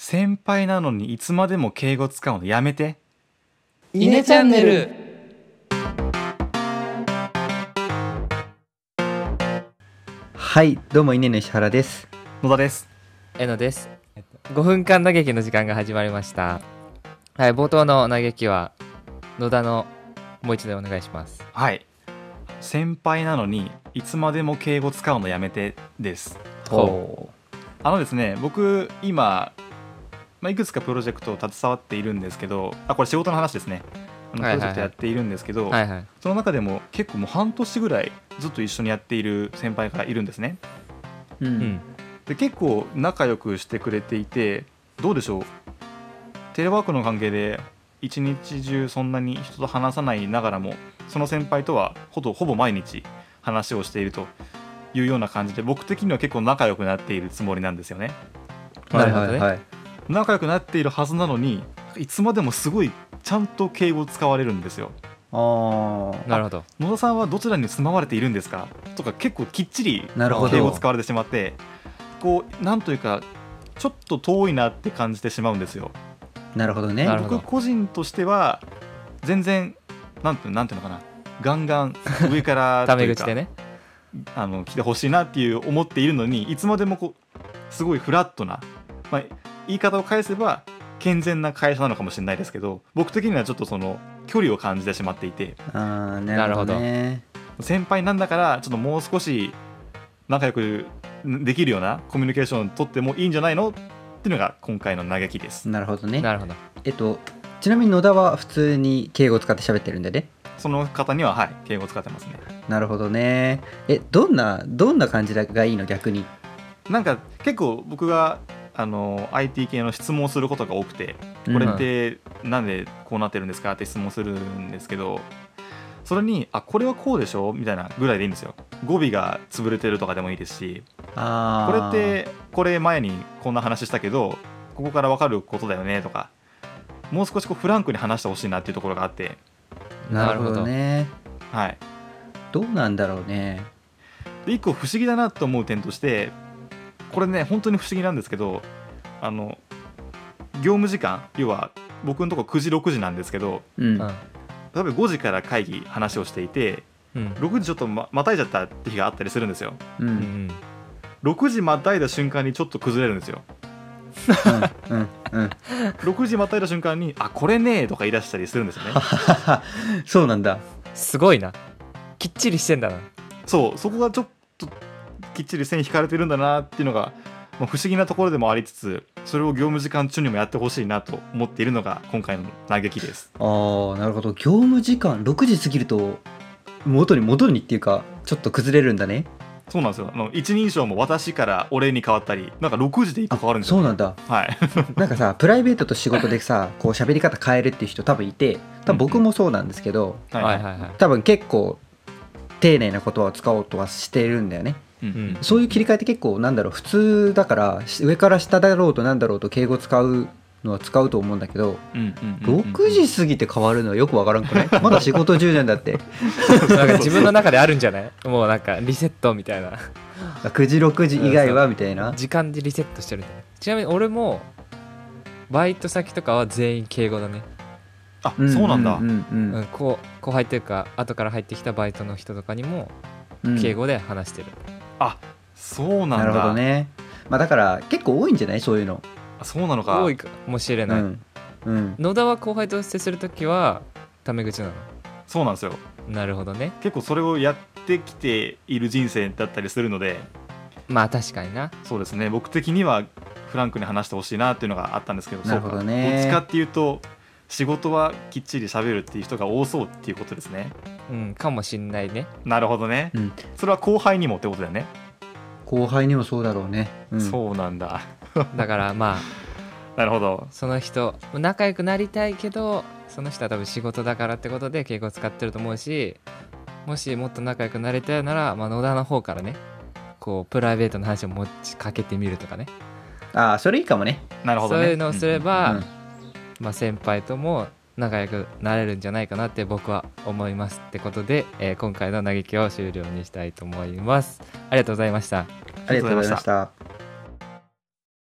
先輩なのにいつまでも敬語使うのやめて。 イネチャンネル。 はい、どうもイネの石原です。 野田です。 えのです。5分間嘆きの時間が始まりました。はい、冒頭の嘆きは野田のもう一度お願いします。 はい、先輩なのにいつまでも敬語使うのやめてです。 ほですね、僕今、いくつかプロジェクトを携わっているんですけど、これ仕事の話ですね。プロジェクトやっているんですけど、 はいはい、 その中でも結構もう半年ぐらいずっと一緒にやっている先輩がいるんですね。で結構仲良くしてくれていて、どうでしょう、テレワークの関係で一日中そんなに人と話さないながらも、その先輩とはほぼ毎日話をしているというような感じで、僕的には結構仲良くなっているつもりなんですよね。 なるほどね。 仲良くなっているはずなのに、いつまでもすごいちゃんと敬語を使われるんですよ。 なるほど。 野田さんはどちらに住まわれているんですかとか、結構きっちり敬語を使われてしまって、こうなんというかちょっと遠いなって感じてしまうんですよ。 なるほどね。 僕個人としては全然なんていうのかな、ガンガン上からタメ口でね来てほしいなっていう思っているのに、いつまでもこうすごいフラットな、言い方を返せば健全な会社なのかもしれないですけど、僕的にはちょっとその距離を感じてしまっていて、 なるほどね。 先輩なんだからちょっともう少し仲良くできるようなコミュニケーションを取ってもいいんじゃないのっていうのが今回の嘆きです。 なるほどね。 なるほど。 ちなみに野田は普通に敬語を使って喋ってるんだね。 その方には敬語を使ってますね。なるほどね。どんな感じがいいの逆に。 なんか結構僕がIT 系の質問をすることが多くて、これってなんでこうなってるんですかって質問するんですけど、それにこれはこうでしょみたいなぐらいでいいんですよ。語尾が潰れてるとかでもいいですし、これってこれ前にこんな話したけどここから分かることだよねとか、もう少しフランクに話してほしいなっていうところがあって。 なるほどね。 はい、 どうなんだろうね。 で一個不思議だなと思う点として、これね本当に不思議なんですけど、業務時間、要は僕のとこ9時6時なんですけど、例えば5時から会議話をしていて、6時ちょっとまたいじゃったって日があったりするんですよ。6時またいだ瞬間にちょっと崩れるんですよ。6時またいだ瞬間にこれねとか言い出したりするんですよね。 そうなんだ。 すごいな、きっちりしてんだな。 そこがちょっときっちり線引かれてるんだなっていうのが、不思議なところでもありつつ、それを業務時間中にもやってほしいなと思っているのが今回の嘆きです。 なるほど。業務時間6時過ぎると元にっていうかちょっと崩れるんだね。 そうなんですよ。一人称も私から俺に変わったり、なんか6時で1個変わるんですよ。 そうなんだ。 はいなんかさ、プライベートと仕事でさこう喋り方変えるっていう人多分いて、多分僕もそうなんですけど、多分結構丁寧な言葉を使おうとはしているんだよね。そういう切り替えって結構普通だから、上から下だろうとなんだろうと敬語使うのは使うと思うんだけど、6時過ぎて変わるのはよくわからんくない？まだ仕事中なんだってなんか自分の中であるんじゃない？もうなんかリセットみたいな 9時6時以外はみたいな時間でリセットしてるんだね。ちなみに俺もバイト先とかは全員敬語だね。 そうなんだ。 後輩というか後から入ってきたバイトの人とかにも敬語で話してる。 そうなんだ。 なるほどね。だから結構多いんじゃない？そういうの。 そうなのか。 多いかもしれない。野田は後輩と接するときはタメ口なの？ そうなんですよ。 なるほどね。 結構それをやってきている人生だったりするので、 確かにな。 そうですね、僕的にはフランクに話してほしいなっていうのがあったんですけど、 なるほどね。 どっちかっていうと仕事はきっちり喋るっていう人が多そうっていうことですね。 かもしんないね。 なるほどね。それは後輩にもってことだよね。 後輩にもそうだろうね。 そうなんだ。 だからなるほど。 その人仲良くなりたいけど、その人は多分仕事だからってことで敬語を使ってると思うし、もしもっと仲良くなりたいなら、野田の方からね、こうプライベートの話を持ちかけてみるとかね。 それいいかもね。 なるほどね。 そういうのをすれば、先輩とも仲良くなれるんじゃないかなって僕は思いますってことで、今回の嘆きを終了にしたいと思います。ありがとうございました。 ありがとうございました。